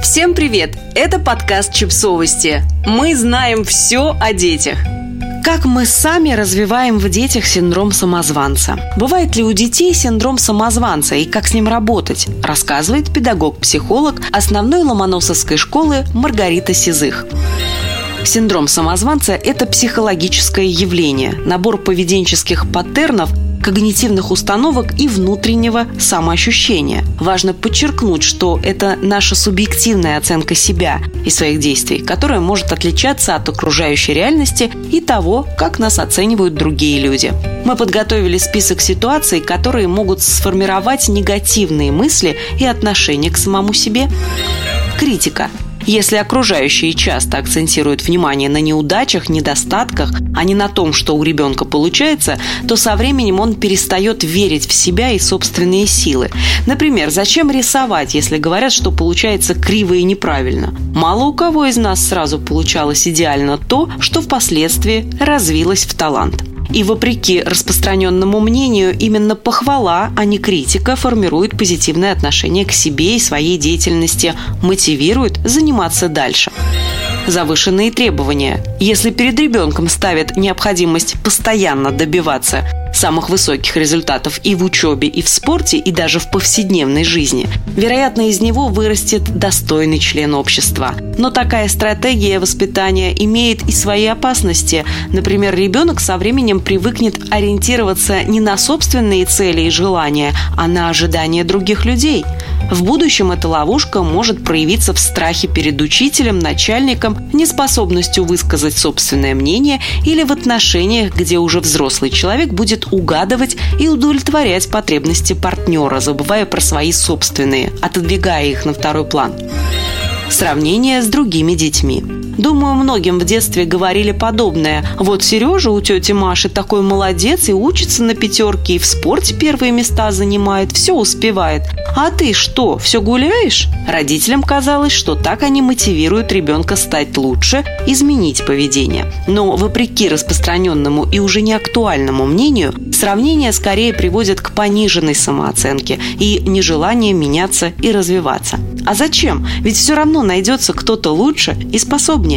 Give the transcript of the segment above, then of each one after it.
Всем привет! Это подкаст «Чипсовости». Мы знаем все о детях. Как мы сами развиваем в детях синдром самозванца? Бывает ли у детей синдром самозванца и как с ним работать? Рассказывает педагог-психолог основной ломоносовской школы Маргарита Сизых. Синдром самозванца – это психологическое явление, набор поведенческих паттернов, когнитивных установок и внутреннего самоощущения. Важно подчеркнуть, что это наша субъективная оценка себя и своих действий, которая может отличаться от окружающей реальности и того, как нас оценивают другие люди. Мы подготовили список ситуаций, которые могут сформировать негативные мысли и отношение к самому себе. Критика. Если окружающие часто акцентируют внимание на неудачах, недостатках, а не на том, что у ребенка получается, то со временем он перестает верить в себя и собственные силы. Например, зачем рисовать, если говорят, что получается криво и неправильно? Мало у кого из нас сразу получалось идеально то, что впоследствии развилось в талант. И вопреки распространенному мнению, именно похвала, а не критика, формирует позитивное отношение к себе и своей деятельности, мотивирует заниматься дальше. Завышенные требования. Если перед ребенком ставят необходимость постоянно добиваться самых высоких результатов и в учебе, и в спорте, и даже в повседневной жизни, вероятно, из него вырастет достойный член общества. Но такая стратегия воспитания имеет и свои опасности. Например, ребенок со временем привыкнет ориентироваться не на собственные цели и желания, а на ожидания других людей. В будущем эта ловушка может проявиться в страхе перед учителем, начальником, неспособностью высказать собственное мнение или в отношениях, где уже взрослый человек будет угадывать и удовлетворять потребности партнера, забывая про свои собственные, отодвигая их на второй план. Сравнение с другими детьми. Думаю, многим в детстве говорили подобное. Вот Сережа у тети Маши такой молодец и учится на 5, и в спорте первые места занимает, все успевает. А ты что, все гуляешь? Родителям казалось, что так они мотивируют ребенка стать лучше, изменить поведение. Но вопреки распространенному и уже не актуальному мнению, сравнение скорее приводит к пониженной самооценке и нежеланию меняться и развиваться. А зачем? Ведь все равно найдется кто-то лучше и способнее.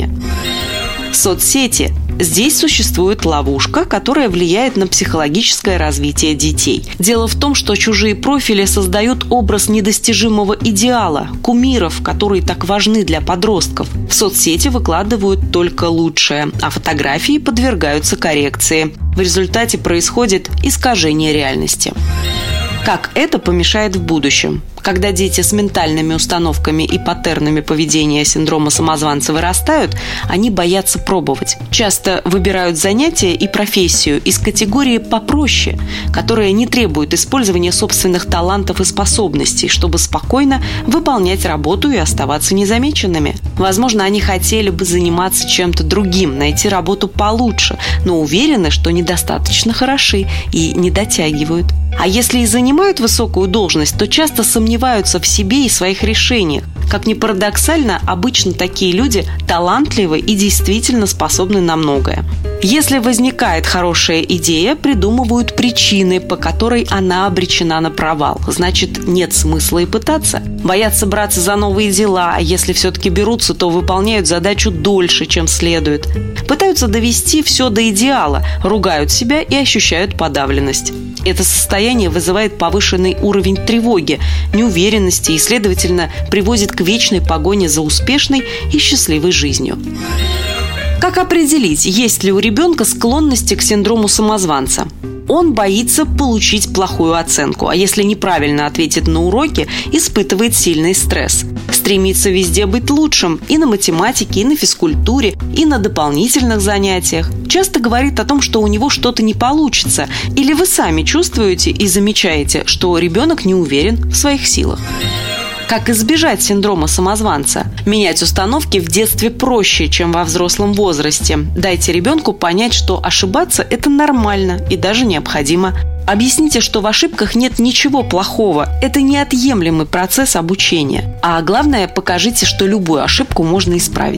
Соцсети. Здесь существует ловушка, которая влияет на психологическое развитие детей. Дело в том, что чужие профили создают образ недостижимого идеала, кумиров, которые так важны для подростков. В соцсети выкладывают только лучшее, а фотографии подвергаются коррекции. В результате происходит искажение реальности. Как это помешает в будущем? Когда дети с ментальными установками и паттернами поведения синдрома самозванца вырастают, они боятся пробовать. Часто выбирают занятия и профессию из категории попроще, которая не требует использования собственных талантов и способностей, чтобы спокойно выполнять работу и оставаться незамеченными. Возможно, они хотели бы заниматься чем-то другим, найти работу получше, но уверены, что недостаточно хороши и не дотягивают. А если и занимают высокую должность, то часто сомневаются в себе и своих решениях. Как ни парадоксально, обычно такие люди талантливы и действительно способны на многое. Если возникает хорошая идея, придумывают причины, по которой она обречена на провал. Значит, нет смысла и пытаться. Боятся браться за новые дела, а если все-таки берутся, то выполняют задачу дольше, чем следует. Пытаются довести все до идеала, ругают себя и ощущают подавленность. Это состояние вызывает повышенный уровень тревоги, неуверенности и, следовательно, приводит к вечной погоне за успешной и счастливой жизнью. Как определить, есть ли у ребенка склонности к синдрому самозванца? Он боится получить плохую оценку, а если неправильно ответит на уроки, испытывает сильный стресс. Стремится везде быть лучшим и на математике, и на физкультуре, и на дополнительных занятиях. Часто говорит о том, что у него что-то не получится, или вы сами чувствуете и замечаете, что ребенок не уверен в своих силах. Как избежать синдрома самозванца? Менять установки в детстве проще, чем во взрослом возрасте. Дайте ребенку понять, что ошибаться – это нормально и даже необходимо. Объясните, что в ошибках нет ничего плохого. Это неотъемлемый процесс обучения. А главное, покажите, что любую ошибку можно исправить.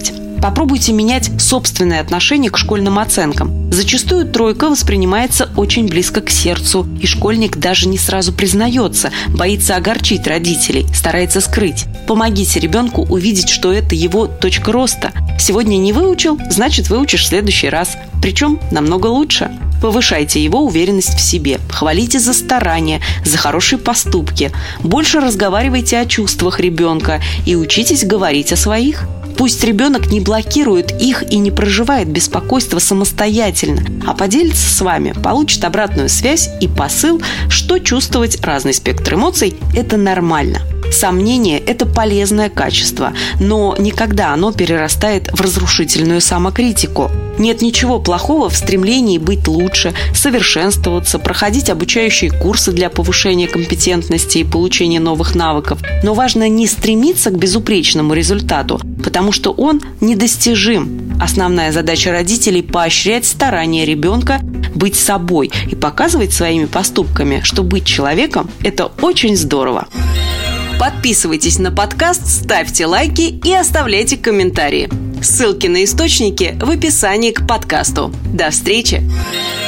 Попробуйте менять собственное отношение к школьным оценкам. Зачастую 3 воспринимается очень близко к сердцу, и школьник даже не сразу признается, боится огорчить родителей, старается скрыть. Помогите ребенку увидеть, что это его точка роста. Сегодня не выучил, значит, выучишь в следующий раз. Причем намного лучше. Повышайте его уверенность в себе, хвалите за старания, за хорошие поступки. Больше разговаривайте о чувствах ребенка и учитесь говорить о своих. Пусть ребенок не блокирует их и не проживает беспокойство самостоятельно, а поделится с вами, получит обратную связь и посыл, что чувствовать разный спектр эмоций – это нормально. Сомнение – это полезное качество, но никогда оно перерастает в разрушительную самокритику. Нет ничего плохого в стремлении быть лучше, совершенствоваться, проходить обучающие курсы для повышения компетентности и получения новых навыков. Но важно не стремиться к безупречному результату, потому что он недостижим. Основная задача родителей – поощрять старания ребенка быть собой и показывать своими поступками, что быть человеком – это очень здорово. Подписывайтесь на подкаст, ставьте лайки и оставляйте комментарии. Ссылки на источники в описании к подкасту. До встречи!